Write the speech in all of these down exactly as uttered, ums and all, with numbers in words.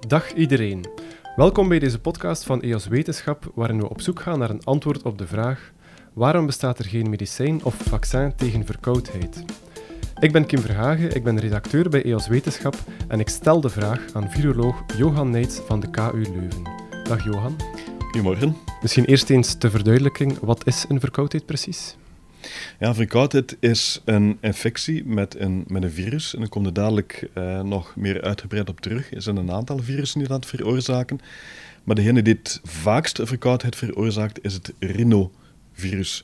Dag iedereen. Welkom bij deze podcast van E O S Wetenschap, waarin we op zoek gaan naar een antwoord op de vraag: waarom bestaat er geen medicijn of vaccin tegen verkoudheid? Ik ben Kim Verhagen, ik ben redacteur bij E O S Wetenschap en ik stel de vraag aan viroloog Johan Nijts van de K U Leuven. Dag Johan. Goedemorgen. Misschien eerst eens ter verduidelijking, wat is een verkoudheid precies? Ja, verkoudheid is een infectie met een, met een virus. En ik kom er dadelijk uh, nog meer uitgebreid op terug. Er zijn een aantal virussen die dat veroorzaken. Maar degene die het vaakst verkoudheid veroorzaakt, is het rhinovirus.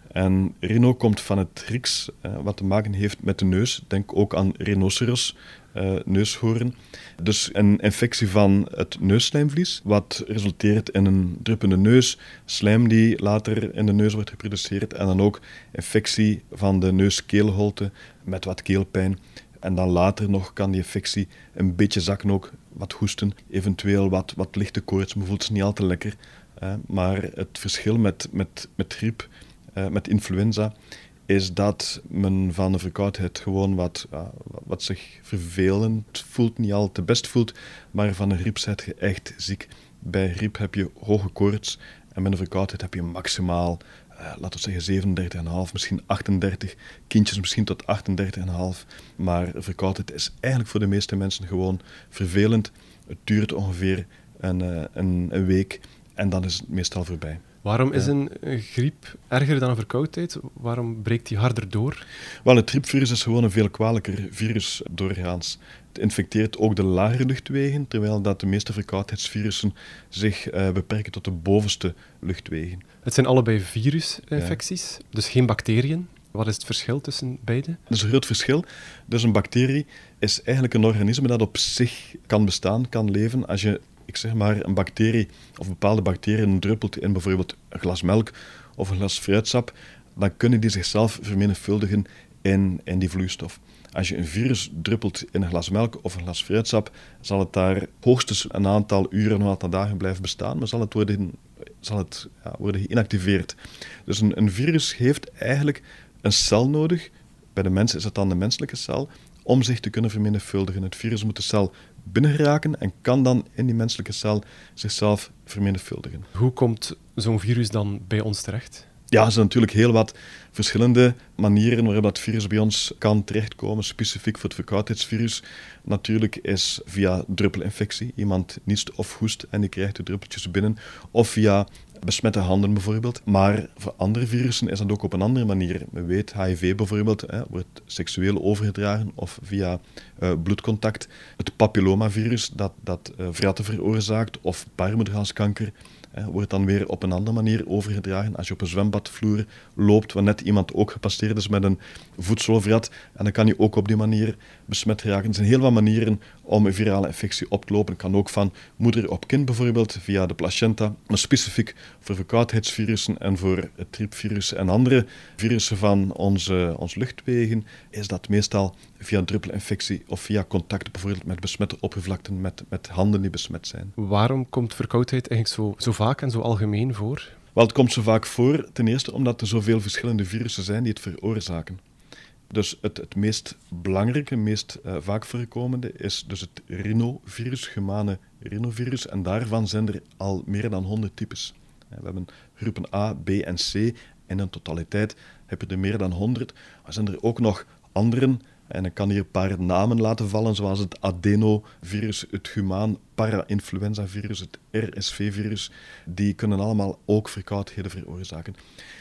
En rhino komt van het Grieks, uh, wat te maken heeft met de neus. Denk ook aan rhinoceros, uh, neushoorn. Dus een infectie van het neusslijmvlies, wat resulteert in een druppende neus, slijm die later in de neus wordt geproduceerd en dan ook infectie van de neuskeelholte met wat keelpijn. En dan later nog kan die infectie een beetje zakken, ook wat hoesten, eventueel wat, wat lichte koorts, maar voelt ze niet al te lekker. Uh, maar het verschil met, met, met griep, uh, met influenza, is dat men van de verkoudheid gewoon wat, uh, wat zich vervelend voelt, niet al te best voelt, maar van een griep zit je echt ziek. Bij griep heb je hoge koorts en met een verkoudheid heb je maximaal, uh, laten we zeggen zevenendertig komma vijf, misschien achtendertig, kindjes misschien tot achtendertig komma vijf. Maar verkoudheid is eigenlijk voor de meeste mensen gewoon vervelend. Het duurt ongeveer een, uh, een, een week en dan is het meestal voorbij. Waarom is een griep erger dan een verkoudheid? Waarom breekt die harder door? Wel, het griepvirus is gewoon een veel kwalijker virus doorgaans. Het infecteert ook de lagere luchtwegen, terwijl dat de meeste verkoudheidsvirussen zich uh, beperken tot de bovenste luchtwegen. Het zijn allebei virusinfecties, ja. Dus geen bacteriën. Wat is het verschil tussen beide? Dat is een groot verschil. Dus een bacterie is eigenlijk een organisme dat op zich kan bestaan, kan leven. Als je ik zeg maar, een bacterie of bepaalde bacteriën druppelt in bijvoorbeeld een glas melk of een glas fruitsap, dan kunnen die zichzelf vermenigvuldigen in, in die vloeistof. Als je een virus druppelt in een glas melk of een glas fruitsap, zal het daar hoogstens een aantal uren, een aantal dagen blijven bestaan, maar zal het worden, zal het, ja, worden geïnactiveerd. Dus een, een virus heeft eigenlijk een cel nodig. Bij de mens is het dan de menselijke cel, om zich te kunnen vermenigvuldigen. Het virus moet de cel binnengeraken en kan dan in die menselijke cel zichzelf vermenigvuldigen. Hoe komt zo'n virus dan bij ons terecht? Ja, er zijn natuurlijk heel wat verschillende manieren waarop dat virus bij ons kan terechtkomen, specifiek voor het verkoudheidsvirus. Natuurlijk is via druppelinfectie. Iemand niest of hoest en die krijgt de druppeltjes binnen. Of via besmette handen bijvoorbeeld. Maar voor andere virussen is dat ook op een andere manier. Men weet, H I V bijvoorbeeld, hè, wordt seksueel overgedragen of via uh, bloedcontact. Het papillomavirus dat, dat uh, vratten veroorzaakt of baarmoederhalskanker hè, wordt dan weer op een andere manier overgedragen. Als je op een zwembadvloer loopt, waar net iemand ook gepasseerd is met een voedselvrat, en dan kan je ook op die manier besmet raken. Er zijn heel wat manieren om een virale infectie op te lopen. Het kan ook van moeder op kind bijvoorbeeld, via de placenta, maar specifiek voor verkoudheidsvirussen en voor het griepvirus en andere virussen van onze, onze luchtwegen, is dat meestal via druppelinfectie of via contact bijvoorbeeld met besmette oppervlakten, met, met handen die besmet zijn. Waarom komt verkoudheid eigenlijk zo, zo vaak en zo algemeen voor? Wel, het komt zo vaak voor, ten eerste omdat er zoveel verschillende virussen zijn die het veroorzaken. Dus het, het meest belangrijke, meest uh, vaak voorkomende is dus het rhinovirus, humane rhinovirus. En daarvan zijn er al meer dan honderd types. We hebben groepen A, B en C. En in totaliteit heb je er meer dan honderd. Maar zijn er ook nog anderen. En ik kan hier een paar namen laten vallen, zoals het adenovirus, het humaan para-influenza-virus, het R S V-virus. Die kunnen allemaal ook verkoudheden veroorzaken.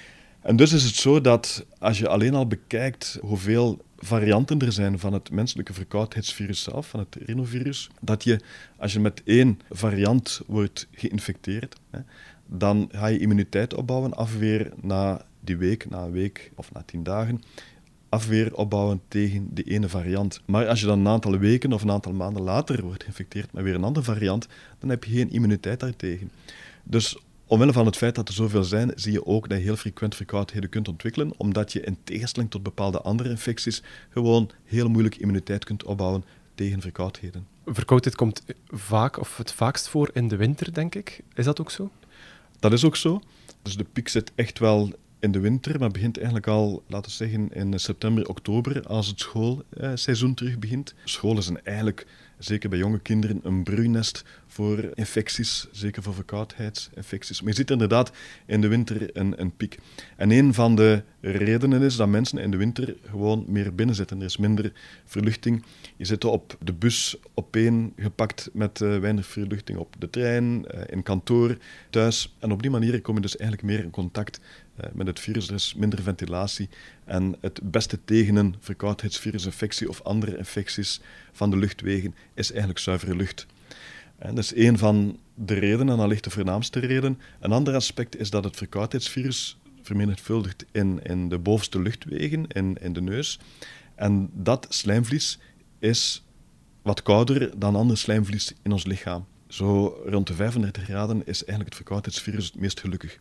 En dus is het zo dat als je alleen al bekijkt hoeveel varianten er zijn van het menselijke verkoudheidsvirus zelf, van het rhinovirus, dat je, als je met één variant wordt geïnfecteerd, hè, dan ga je immuniteit opbouwen, afweer na die week, na een week of na tien dagen, afweer opbouwen tegen die ene variant. Maar als je dan een aantal weken of een aantal maanden later wordt geïnfecteerd met weer een andere variant, dan heb je geen immuniteit daartegen. Dus omwille van het feit dat er zoveel zijn, zie je ook dat je heel frequent verkoudheden kunt ontwikkelen, omdat je in tegenstelling tot bepaalde andere infecties gewoon heel moeilijk immuniteit kunt opbouwen tegen verkoudheden. Verkoudheid komt vaak of het vaakst voor in de winter, denk ik. Is dat ook zo? Dat is ook zo. Dus de piek zit echt wel in de winter, maar begint eigenlijk al, laten we zeggen, in september, oktober, als het schoolseizoen terug begint. Scholen zijn eigenlijk zeker bij jonge kinderen, een broeinest voor infecties, zeker voor verkoudheidsinfecties. Maar je ziet inderdaad in de winter een, een piek. En een van de redenen is dat mensen in de winter gewoon meer binnen zitten. Er is minder verluchting. Je zit op de bus opeen gepakt met uh, weinig verluchting, op de trein, uh, in kantoor, thuis. En op die manier kom je dus eigenlijk meer in contact uh, met het virus. Er is minder ventilatie. En het beste tegen een verkoudheidsvirusinfectie of andere infecties van de luchtwegen is eigenlijk zuivere lucht. En dat is één van de redenen, en dat ligt de voornaamste reden. Een ander aspect is dat het verkoudheidsvirus vermenigvuldigt in, in de bovenste luchtwegen, in, in de neus. En dat slijmvlies is wat kouder dan ander slijmvlies in ons lichaam. Zo rond de vijfendertig graden is eigenlijk het verkoudheidsvirus het meest gelukkig.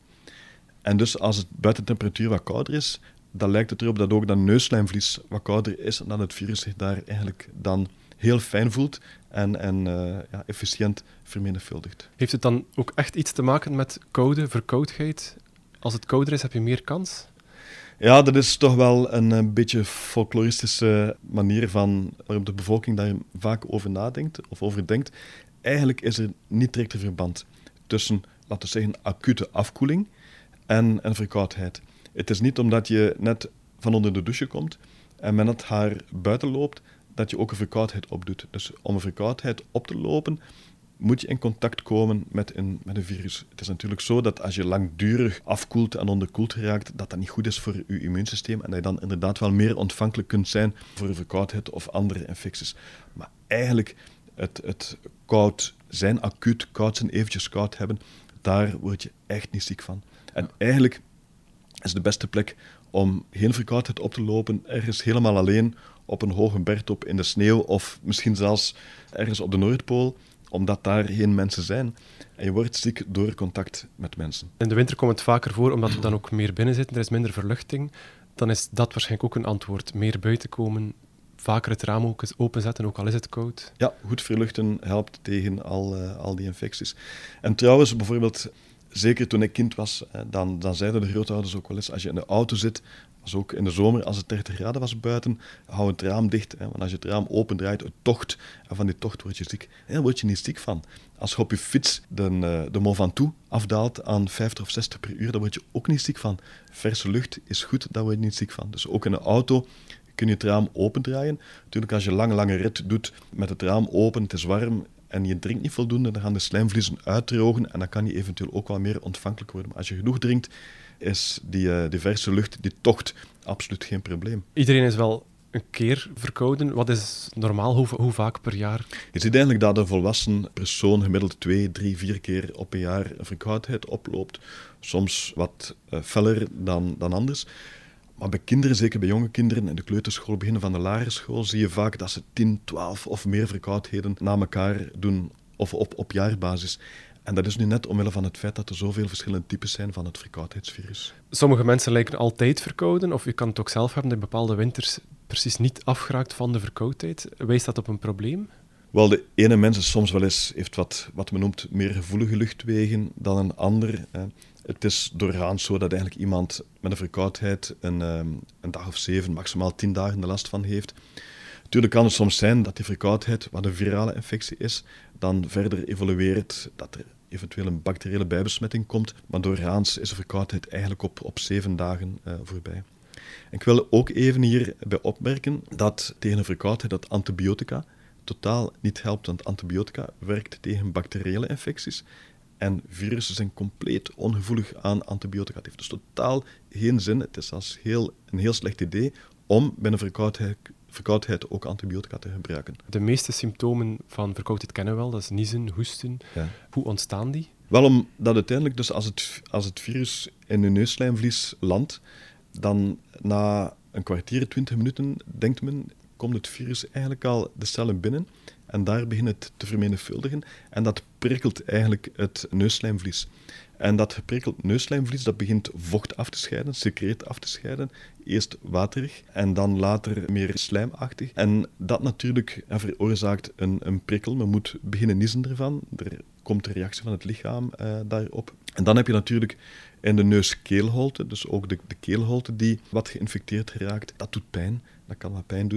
En dus als het buitentemperatuur wat kouder is, dan lijkt het erop dat ook dat neusslijmvlies wat kouder is en dat het virus zich daar eigenlijk dan heel fijn voelt en, en uh, ja, efficiënt vermenigvuldigt. Heeft het dan ook echt iets te maken met koude, verkoudheid? Als het kouder is, heb je meer kans? Ja, dat is toch wel een, een beetje folkloristische manier van waarop de bevolking daar vaak over nadenkt of over denkt. Eigenlijk is er niet direct een verband tussen, laten we zeggen, acute afkoeling en, en verkoudheid. Het is niet omdat je net van onder de douche komt en met het haar buiten loopt, dat je ook een verkoudheid opdoet. Dus om een verkoudheid op te lopen, moet je in contact komen met een, met een virus. Het is natuurlijk zo dat als je langdurig afkoelt en onderkoeld geraakt, dat dat niet goed is voor je immuunsysteem en dat je dan inderdaad wel meer ontvankelijk kunt zijn voor een verkoudheid of andere infecties. Maar eigenlijk, het, het koud zijn, acuut koud zijn, eventjes koud hebben, daar word je echt niet ziek van. En eigenlijk is de beste plek om geen verkoudheid op te lopen ergens helemaal alleen op een hoge bergtop in de sneeuw of misschien zelfs ergens op de Noordpool, omdat daar geen mensen zijn. En je wordt ziek door contact met mensen. In de winter komt het vaker voor, omdat we dan ook meer binnen zitten, er is minder verluchting. Dan is dat waarschijnlijk ook een antwoord. Meer buiten komen, vaker het raam ook eens openzetten, ook al is het koud. Ja, goed verluchten helpt tegen al, uh, al die infecties. En trouwens, bijvoorbeeld, zeker toen ik kind was, dan, dan zeiden de grootouders ook wel eens, als je in de auto zit, was ook in de zomer, als het dertig graden was buiten, hou het raam dicht. Hè, want als je het raam opendraait, het tocht, en van die tocht word je ziek. En daar word je niet ziek van. Als je op je fiets de, de Mont Ventoux afdaalt aan vijftig of zestig per uur, daar word je ook niet ziek van. Verse lucht is goed, daar word je niet ziek van. Dus ook in een auto kun je het raam opendraaien. Natuurlijk, als je een lange, lange rit doet met het raam open, het is warm, en je drinkt niet voldoende, dan gaan de slijmvliezen uitdrogen en dan kan je eventueel ook wel meer ontvankelijk worden. Maar als je genoeg drinkt, is die, uh, die verse lucht, die tocht, absoluut geen probleem. Iedereen is wel een keer verkouden. Wat is normaal? Hoe, hoe vaak per jaar? Je ziet eigenlijk dat een volwassen persoon gemiddeld twee, drie, vier keer op een jaar een verkoudheid oploopt. Soms wat uh, feller dan, dan anders. Maar bij kinderen, zeker bij jonge kinderen, in de kleuterschool, beginnen van de lagere school, zie je vaak dat ze tien, twaalf of meer verkoudheden na elkaar doen, of op, op jaarbasis. En dat is nu net omwille van het feit dat er zoveel verschillende types zijn van het verkoudheidsvirus. Sommige mensen lijken altijd verkouden, of je kan het ook zelf hebben dat je bepaalde winters precies niet afgeraakt van de verkoudheid. Wijst dat op een probleem? Wel, de ene mens is soms wel eens, heeft wat, wat men noemt meer gevoelige luchtwegen dan een ander. Hè. Het is doorgaans zo dat eigenlijk iemand met een verkoudheid een, een dag of zeven, maximaal tien dagen de last van heeft. Natuurlijk kan het soms zijn dat die verkoudheid, wat een virale infectie is, dan verder evolueert, dat er eventueel een bacteriële bijbesmetting komt, maar doorgaans is de verkoudheid eigenlijk op, op zeven dagen uh, voorbij. En ik wil ook even hierbij opmerken dat tegen een verkoudheid dat antibiotica totaal niet helpt, want antibiotica werkt tegen bacteriële infecties. En virussen zijn compleet ongevoelig aan antibiotica. Het heeft dus totaal geen zin. Het is zelfs heel, een heel slecht idee om bij een verkoudheid, verkoudheid ook antibiotica te gebruiken. De meeste symptomen van verkoudheid kennen we wel. Dat is niezen, hoesten. Ja. Hoe ontstaan die? Wel omdat uiteindelijk, dus als het, als het virus in je neusslijmvlies landt, dan na een kwartier, twintig minuten, denkt men, komt het virus eigenlijk al de cellen binnen. En daar begint het te vermenigvuldigen. En dat prikkelt eigenlijk het neusslijmvlies. En dat geprikkeld neusslijmvlies, dat begint vocht af te scheiden, secreet af te scheiden. Eerst waterig en dan later meer slijmachtig. En dat natuurlijk veroorzaakt een, een prikkel. Men moet beginnen niezen ervan. Er komt een reactie van het lichaam uh, daarop. En dan heb je natuurlijk in de neuskeelholte, dus ook de, de keelholte die wat geïnfecteerd geraakt. Dat doet pijn. Dat kan wat pijn doen.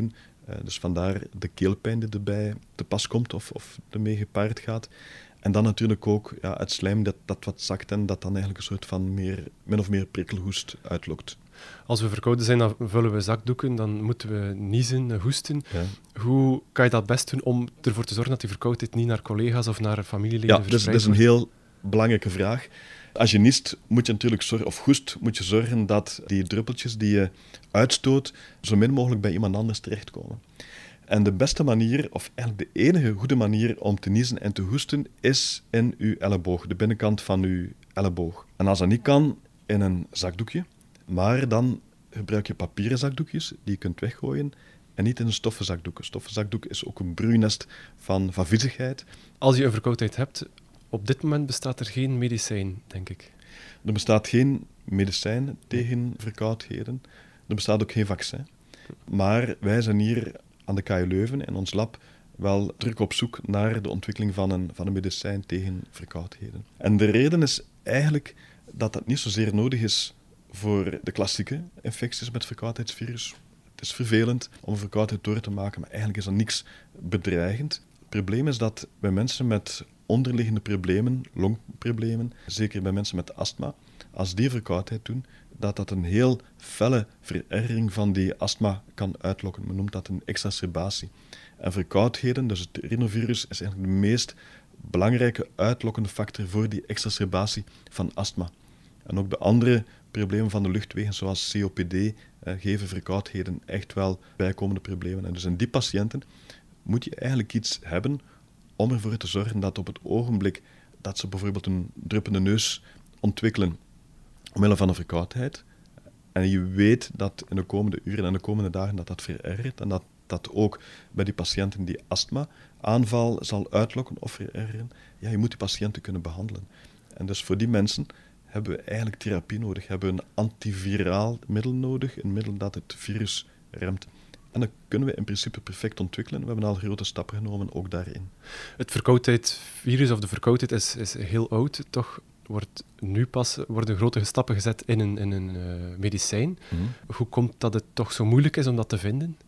Uh, dus vandaar de keelpijn die erbij te pas komt of, of ermee gepaard gaat. En dan natuurlijk ook ja, het slijm dat, dat wat zakt en dat dan eigenlijk een soort van meer, min of meer prikkelhoest uitlokt. Als we verkouden zijn, dan vullen we zakdoeken, dan moeten we niezen, hoesten. Ja. Hoe kan je dat best doen om ervoor te zorgen dat die verkoudheid niet naar collega's of naar familieleden ja, verspreid wordt? Ja, dat is een heel belangrijke vraag. Als je niest, moet je natuurlijk zorgen, of hoest, moet je zorgen dat die druppeltjes die je uitstoot zo min mogelijk bij iemand anders terechtkomen. En de beste manier, of eigenlijk de enige goede manier om te niezen en te hoesten, is in uw elleboog, de binnenkant van uw elleboog. En als dat niet kan, in een zakdoekje, maar dan gebruik je papieren zakdoekjes die je kunt weggooien en niet in een stoffen zakdoek. Een stoffen zakdoek is ook een broeinest van, van viezigheid. Als je een verkoudheid hebt, op dit moment bestaat er geen medicijn, denk ik. Er bestaat geen medicijn tegen verkoudheden. Er bestaat ook geen vaccin. Maar wij zijn hier aan de K U Leuven in ons lab wel druk op zoek naar de ontwikkeling van een, van een medicijn tegen verkoudheden. En de reden is eigenlijk dat dat niet zozeer nodig is voor de klassieke infecties met verkoudheidsvirus. Het is vervelend om een verkoudheid door te maken, maar eigenlijk is dat niks bedreigend. Het probleem is dat bij mensen met onderliggende problemen, longproblemen, zeker bij mensen met astma, als die verkoudheid doen, dat dat een heel felle verergering van die astma kan uitlokken. Men noemt dat een exacerbatie. En verkoudheden, dus het rhinovirus, is eigenlijk de meest belangrijke uitlokkende factor voor die exacerbatie van astma. En ook de andere problemen van de luchtwegen, zoals C O P D, eh, geven verkoudheden echt wel bijkomende problemen. En dus in die patiënten moet je eigenlijk iets hebben om ervoor te zorgen dat op het ogenblik dat ze bijvoorbeeld een druppende neus ontwikkelen omwille van een verkoudheid, en je weet dat in de komende uren en de komende dagen dat dat verergert, en dat dat ook bij die patiënten die astma-aanval zal uitlokken of verergeren, ja, je moet die patiënten kunnen behandelen. En dus voor die mensen hebben we eigenlijk therapie nodig, hebben we een antiviraal middel nodig, een middel dat het virus remt. En dat kunnen we in principe perfect ontwikkelen. We hebben al grote stappen genomen, ook daarin. Het verkoudheidsvirus of de verkoudheid is, is heel oud, toch wordt nu pas worden grote stappen gezet in een, in een uh, medicijn. Mm-hmm. Hoe komt dat het toch zo moeilijk is om dat te vinden?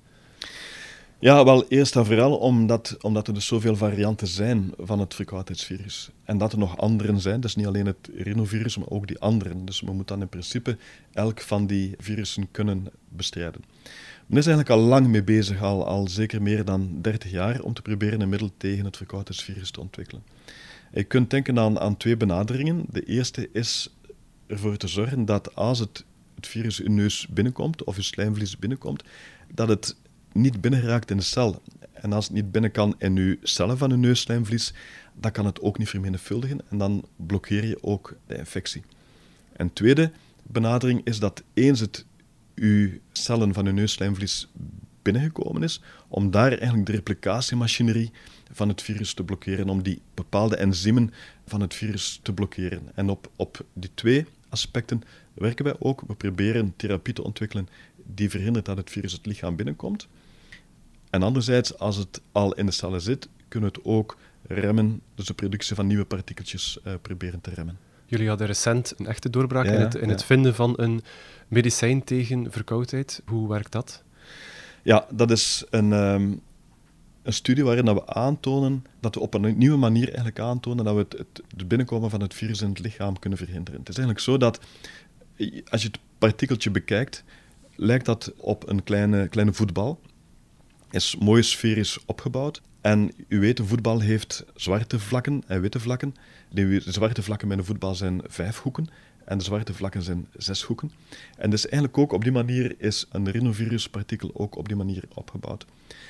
Ja, wel eerst en vooral omdat, omdat er dus zoveel varianten zijn van het verkoudheidsvirus. En dat er nog anderen zijn, dus niet alleen het rhinovirus, maar ook die anderen. Dus we moeten dan in principe elk van die virussen kunnen bestrijden. Men is eigenlijk al lang mee bezig, al, al zeker meer dan dertig jaar, om te proberen een middel tegen het verkoudheidsvirus te ontwikkelen. Je kunt denken aan, aan twee benaderingen. De eerste is ervoor te zorgen dat als het, het virus uw neus binnenkomt, of uw slijmvlies binnenkomt, dat het niet binnenraakt in de cel. En als het niet binnen kan in uw cellen van uw neusslijmvlies, dan kan het ook niet vermenigvuldigen en dan blokkeer je ook de infectie. En tweede benadering is dat eens het uw cellen van uw neusslijmvlies binnengekomen is, om daar eigenlijk de replicatiemachinerie van het virus te blokkeren, om die bepaalde enzymen van het virus te blokkeren. En op, op die twee aspecten werken wij ook. We proberen therapie te ontwikkelen die verhindert dat het virus het lichaam binnenkomt. En anderzijds, als het al in de cellen zit, kunnen we het ook remmen, dus de productie van nieuwe partikeltjes uh, proberen te remmen. Jullie hadden recent een echte doorbraak ja, in, het, in ja. het vinden van een medicijn tegen verkoudheid. Hoe werkt dat? Ja, dat is een, um, een studie waarin dat we aantonen, dat we op een nieuwe manier eigenlijk aantonen dat we het, het, het binnenkomen van het virus in het lichaam kunnen verhinderen. Het is eigenlijk zo dat, als je het partikeltje bekijkt, lijkt dat op een kleine, kleine voetbal. Is mooi sferisch opgebouwd. En u weet, een voetbal heeft zwarte vlakken en witte vlakken. De zwarte vlakken bij een voetbal zijn vijf hoeken en de zwarte vlakken zijn zes hoeken. En dus eigenlijk ook op die manier is een rhinoviruspartikel ook op die manier opgebouwd.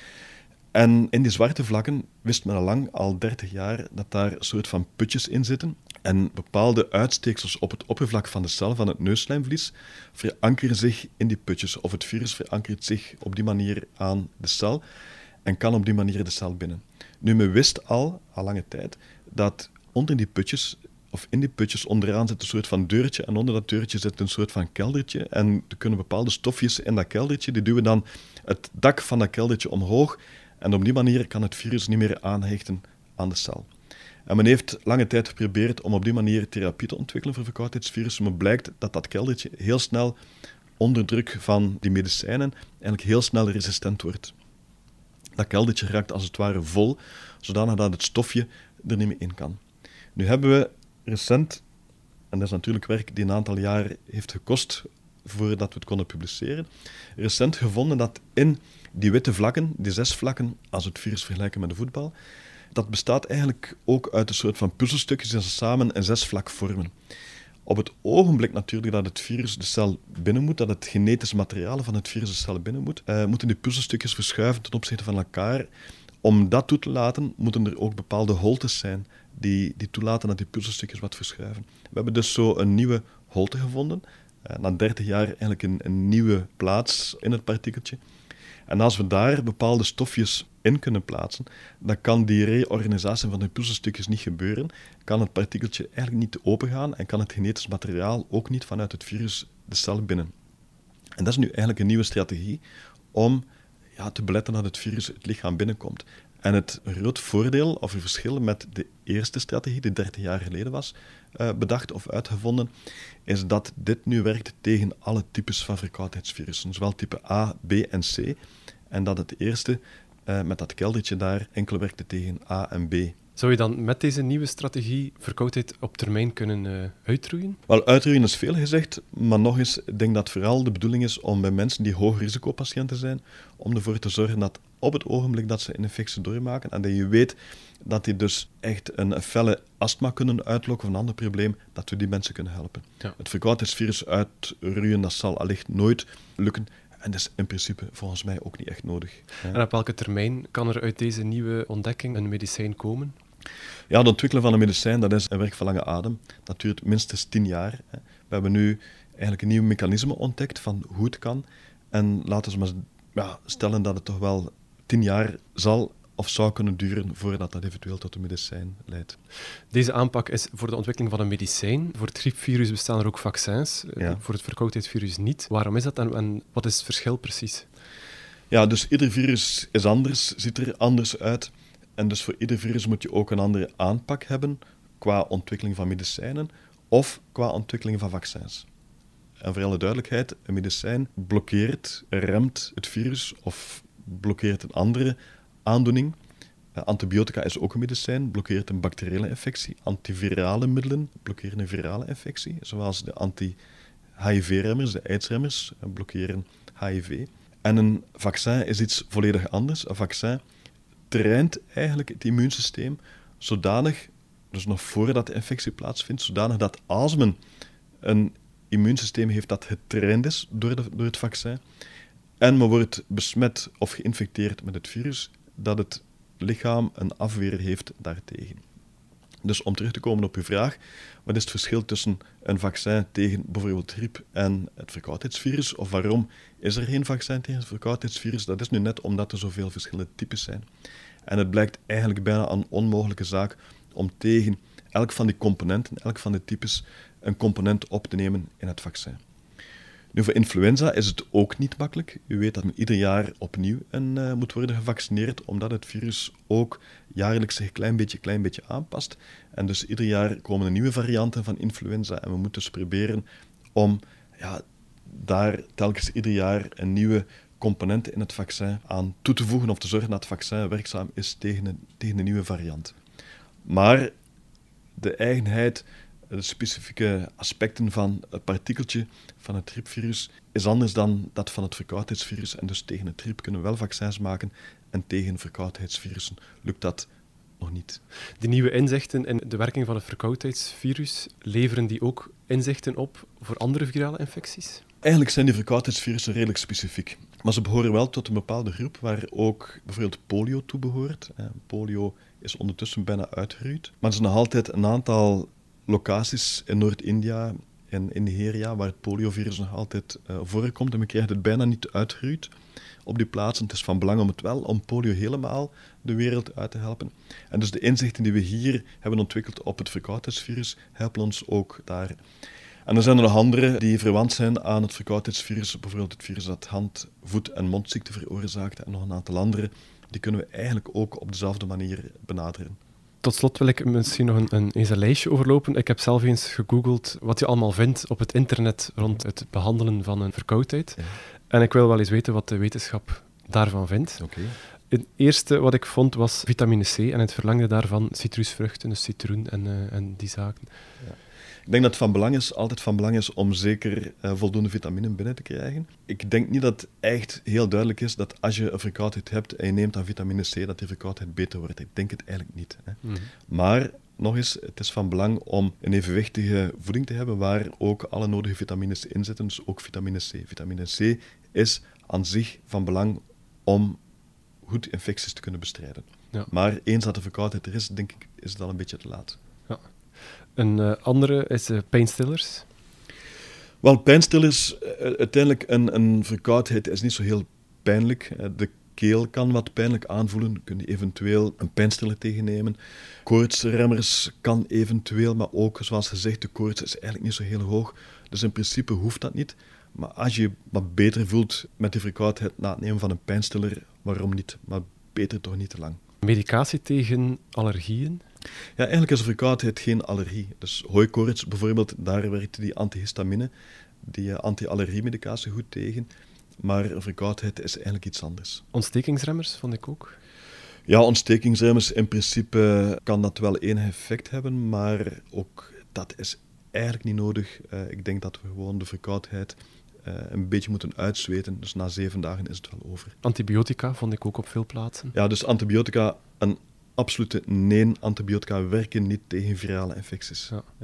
En in die zwarte vlakken wist men al lang, al dertig jaar, dat daar een soort van putjes in zitten. En bepaalde uitsteeksels op het oppervlak van de cel, van het neusslijmvlies, verankeren zich in die putjes. Of het virus verankert zich op die manier aan de cel en kan op die manier de cel binnen. Nu, men wist al, al lange tijd, dat onder die putjes, of in die putjes onderaan zit een soort van deurtje en onder dat deurtje zit een soort van keldertje. En er kunnen bepaalde stofjes in dat keldertje, die duwen dan het dak van dat keldertje omhoog. En op die manier kan het virus niet meer aanhechten aan de cel. En men heeft lange tijd geprobeerd om op die manier therapie te ontwikkelen voor verkoudheidsvirussen, maar blijkt dat dat keldertje heel snel onder druk van die medicijnen eigenlijk heel snel resistent wordt. Dat keldertje raakt als het ware vol, zodanig dat het stofje er niet meer in kan. Nu hebben we recent, en dat is natuurlijk werk die een aantal jaar heeft gekost voordat we het konden publiceren, recent gevonden dat in die witte vlakken, die zes vlakken, als we het virus vergelijken met de voetbal, dat bestaat eigenlijk ook uit een soort van puzzelstukjes die samen een zesvlak vormen. Op het ogenblik natuurlijk dat het virus de cel binnen moet, dat het genetisch materiaal van het virus de cel binnen moet, uh, moeten die puzzelstukjes verschuiven ten opzichte van elkaar. Om dat toe te laten, moeten er ook bepaalde holtes zijn die, die toelaten dat die puzzelstukjes wat verschuiven. We hebben dus zo een nieuwe holte gevonden, uh, na dertig jaar eigenlijk een, een nieuwe plaats in het partikeltje. En als we daar bepaalde stofjes in kunnen plaatsen, dan kan die reorganisatie van de puzzelstukjes niet gebeuren, kan het partikeltje eigenlijk niet opengaan en kan het genetisch materiaal ook niet vanuit het virus de cel binnen. En dat is nu eigenlijk een nieuwe strategie om ja, te beletten dat het virus het lichaam binnenkomt. En het groot voordeel of het verschil met de eerste strategie, die dertig jaar geleden was uh, bedacht of uitgevonden, is dat dit nu werkt tegen alle types van verkoudheidsvirussen, zowel type A, B en C. En dat het eerste, uh, met dat keldertje daar, enkel werkte tegen A en B. Zou je dan met deze nieuwe strategie verkoudheid op termijn kunnen uh, uitroeien? Wel, uitroeien is veel gezegd, maar nog eens, ik denk dat vooral de bedoeling is om bij mensen die hoogrisicopatiënten zijn, om ervoor te zorgen dat op het ogenblik dat ze een infectie doormaken en dat je weet dat die dus echt een felle astma kunnen uitlokken of een ander probleem, dat we die mensen kunnen helpen. Ja. Het verkoudheidsvirus uitroeien, dat zal allicht nooit lukken. En dat is in principe volgens mij ook niet echt nodig. Ja. En op welke termijn kan er uit deze nieuwe ontdekking een medicijn komen? Ja, het ontwikkelen van een medicijn, dat is een werk van lange adem. Dat duurt minstens tien jaar. We hebben nu eigenlijk een nieuw mechanisme ontdekt van hoe het kan. En laten we maar ja, stellen dat het toch wel tien jaar zal of zou kunnen duren voordat dat eventueel tot een medicijn leidt. Deze aanpak is voor de ontwikkeling van een medicijn. Voor het griepvirus bestaan er ook vaccins, ja. Voor het verkoudheidsvirus niet. Waarom is dat en, en wat is het verschil precies? Ja, dus ieder virus is anders, ziet er anders uit. En dus voor ieder virus moet je ook een andere aanpak hebben qua ontwikkeling van medicijnen of qua ontwikkeling van vaccins. En voor alle duidelijkheid, een medicijn blokkeert, remt het virus of blokkeert een andere aandoening. Uh, antibiotica is ook een medicijn, blokkeert een bacteriële infectie. Antivirale middelen blokkeren een virale infectie, zoals de anti-H I V-remmers, de aidsremmers, uh, blokkeren H I V. En een vaccin is iets volledig anders. Een vaccin traint eigenlijk het immuunsysteem zodanig, dus nog voordat de infectie plaatsvindt, zodanig dat als men een immuunsysteem heeft dat getraind is door, de, door het vaccin en men wordt besmet of geïnfecteerd met het virus, dat het lichaam een afweer heeft daartegen. Dus om terug te komen op uw vraag, wat is het verschil tussen een vaccin tegen bijvoorbeeld griep en het verkoudheidsvirus? Of waarom is er geen vaccin tegen het verkoudheidsvirus? Dat is nu net omdat er zoveel verschillende types zijn. En het blijkt eigenlijk bijna een onmogelijke zaak om tegen elk van die componenten, elk van de types, een component op te nemen in het vaccin. Nu, voor influenza is het ook niet makkelijk. U weet dat men ieder jaar opnieuw een, uh, moet worden gevaccineerd, omdat het virus ook jaarlijks zich een klein beetje, klein beetje aanpast. En dus ieder jaar komen er nieuwe varianten van influenza en we moeten dus proberen om ja, daar telkens ieder jaar een nieuwe component in het vaccin aan toe te voegen of te zorgen dat het vaccin werkzaam is tegen een, tegen een nieuwe variant. Maar de eigenheid, de specifieke aspecten van het partikeltje van het griepvirus is anders dan dat van het verkoudheidsvirus. En dus tegen het griep kunnen we wel vaccins maken en tegen verkoudheidsvirussen lukt dat nog niet. Die nieuwe inzichten in de werking van het verkoudheidsvirus, leveren die ook inzichten op voor andere virale infecties? Eigenlijk zijn die verkoudheidsvirussen redelijk specifiek. Maar ze behoren wel tot een bepaalde groep waar ook bijvoorbeeld polio toe behoort. Polio is ondertussen bijna uitgeroeid. Maar er zijn nog altijd een aantal locaties in Noord-India en in Nigeria waar het poliovirus nog altijd uh, voorkomt. En we krijgen het bijna niet uitgeroeid op die plaatsen. Het is van belang om het wel, om polio helemaal de wereld uit te helpen. En dus de inzichten die we hier hebben ontwikkeld op het verkoudheidsvirus helpen ons ook daar. En er zijn er nog andere die verwant zijn aan het verkoudheidsvirus. Bijvoorbeeld het virus dat hand-, voet- en mondziekte veroorzaakt. En nog een aantal andere. Die kunnen we eigenlijk ook op dezelfde manier benaderen. Tot slot wil ik misschien nog een, een, eens een lijstje overlopen. Ik heb zelf eens gegoogeld wat je allemaal vindt op het internet rond het behandelen van een verkoudheid. Ja. En ik wil wel eens weten wat de wetenschap daarvan vindt. Okay. Het eerste wat ik vond was vitamine C en het verlengde daarvan citrusvruchten, dus citroen en, uh, en die zaken. Ja. Ik denk dat het van belang is, altijd van belang is om zeker uh, voldoende vitamine binnen te krijgen. Ik denk niet dat het echt heel duidelijk is dat als je een verkoudheid hebt en je neemt aan vitamine C, dat die verkoudheid beter wordt. Ik denk het eigenlijk niet. Hè. Mm-hmm. Maar, nog eens, het is van belang om een evenwichtige voeding te hebben waar ook alle nodige vitamines in zitten, dus ook vitamine C. Vitamine C is aan zich van belang om goed infecties te kunnen bestrijden. Ja. Maar eens dat de verkoudheid er is, denk ik, is het al een beetje te laat. Ja. Een uh, andere is uh, pijnstillers. Wel, pijnstillers, uh, uiteindelijk een, een verkoudheid is niet zo heel pijnlijk. Uh, de keel kan wat pijnlijk aanvoelen, kun je eventueel een pijnstiller tegennemen. Koortsremmers kan eventueel, maar ook, zoals gezegd, de koorts is eigenlijk niet zo heel hoog. Dus in principe hoeft dat niet. Maar als je wat beter voelt met die verkoudheid na het nemen van een pijnstiller, waarom niet? Maar beter toch niet te lang. Medicatie tegen allergieën? Ja, eigenlijk is een verkoudheid geen allergie. Dus hooikoorts bijvoorbeeld, daar werkt die antihistamine, die anti-allergiemedicatie goed tegen. Maar een verkoudheid is eigenlijk iets anders. Ontstekingsremmers vond ik ook. Ja, ontstekingsremmers, in principe kan dat wel enig effect hebben, maar ook dat is eigenlijk niet nodig. Uh, ik denk dat we gewoon de verkoudheid uh, een beetje moeten uitzweten. Dus na zeven dagen is het wel over. Antibiotica vond ik ook op veel plaatsen. Ja, dus antibiotica, een absolute nee. Antibiotica werken niet tegen virale infecties. Ja. Ja.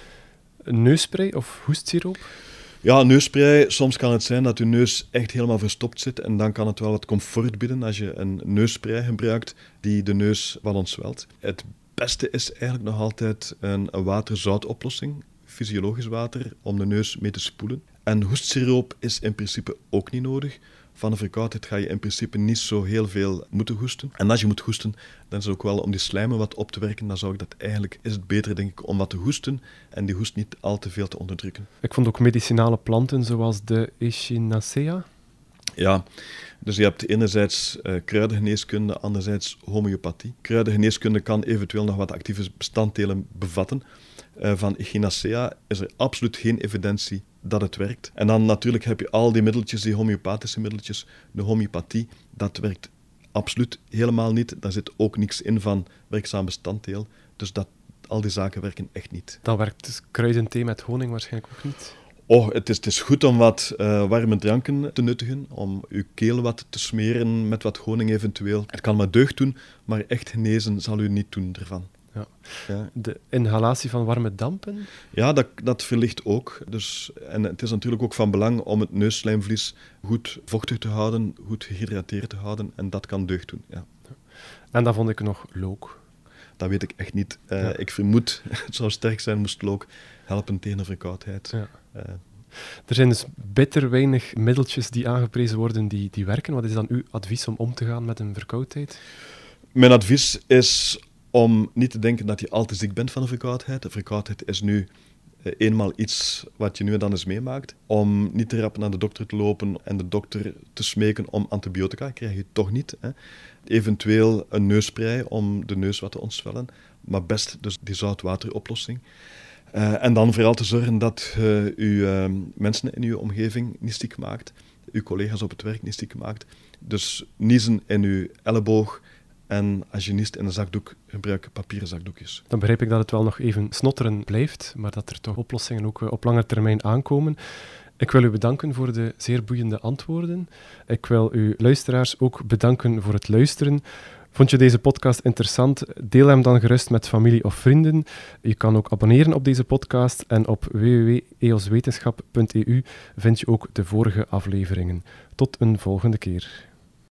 Een neusspray of hoestsiroop? Ja, neusspray. Soms kan het zijn dat je neus echt helemaal verstopt zit en dan kan het wel wat comfort bieden als je een neusspray gebruikt die de neus wat ontzwelt. Het beste is eigenlijk nog altijd een, een water-zoutoplossing, fysiologisch water, om de neus mee te spoelen. En hoestsiroop is in principe ook niet nodig. Van een verkoudheid ga je in principe niet zo heel veel moeten hoesten. En als je moet hoesten, dan is het ook wel om die slijmen wat op te werken. Dan zou ik dat eigenlijk, is het beter denk ik om wat te hoesten en die hoest niet al te veel te onderdrukken. Ik vond ook medicinale planten zoals de Echinacea. Ja, dus je hebt enerzijds uh, kruidengeneeskunde, anderzijds homeopathie. Kruidengeneeskunde kan eventueel nog wat actieve bestanddelen bevatten. Uh, van Echinacea is er absoluut geen evidentie dat het werkt. En dan natuurlijk heb je al die middeltjes, die homeopathische middeltjes. De homeopathie, dat werkt absoluut helemaal niet. Daar zit ook niks in van werkzaam bestanddeel. Dus dat, al die zaken werken echt niet. Dan werkt dus kruidenthee met honing waarschijnlijk ook niet? Oh, het is, het is goed om wat uh, warme dranken te nuttigen, om uw keel wat te smeren met wat honing eventueel. Het kan maar deugd doen, maar echt genezen zal u niet doen ervan. Ja. Ja. De inhalatie van warme dampen? Ja, dat, dat verlicht ook. Dus, en het is natuurlijk ook van belang om het neusslijmvlies goed vochtig te houden, goed gehydrateerd te houden. En dat kan deugd doen, ja. En dan vond ik nog look. Dat weet ik echt niet. Uh, ja. Ik vermoed, het zou sterk zijn, moest look helpen tegen de verkoudheid. Ja. Uh, er zijn dus bitter weinig middeltjes die aangeprezen worden die, die werken. Wat is dan uw advies om om te gaan met een verkoudheid? Mijn advies is om niet te denken dat je al te ziek bent van een verkoudheid. De verkoudheid is nu uh, eenmaal iets wat je nu en dan eens meemaakt. Om niet te rap naar de dokter te lopen en de dokter te smeken om antibiotica. krijg je toch niet. Hè. Eventueel een neusspray om de neus wat te ontzwellen. Maar best dus die zoutwateroplossing. Uh, en dan vooral te zorgen dat uh, u uh, mensen in uw omgeving niet ziek maakt. Uw collega's op het werk niet ziek maakt. Dus niezen in uw elleboog. En als je niest in een zakdoek, gebruik papieren zakdoekjes. Dan begrijp ik dat het wel nog even snotteren blijft, maar dat er toch oplossingen ook op lange termijn aankomen. Ik wil u bedanken voor de zeer boeiende antwoorden. Ik wil uw luisteraars ook bedanken voor het luisteren. Vond je deze podcast interessant? Deel hem dan gerust met familie of vrienden. Je kan ook abonneren op deze podcast en op w w w punt e o s wetenschap punt e u vind je ook de vorige afleveringen. Tot een volgende keer.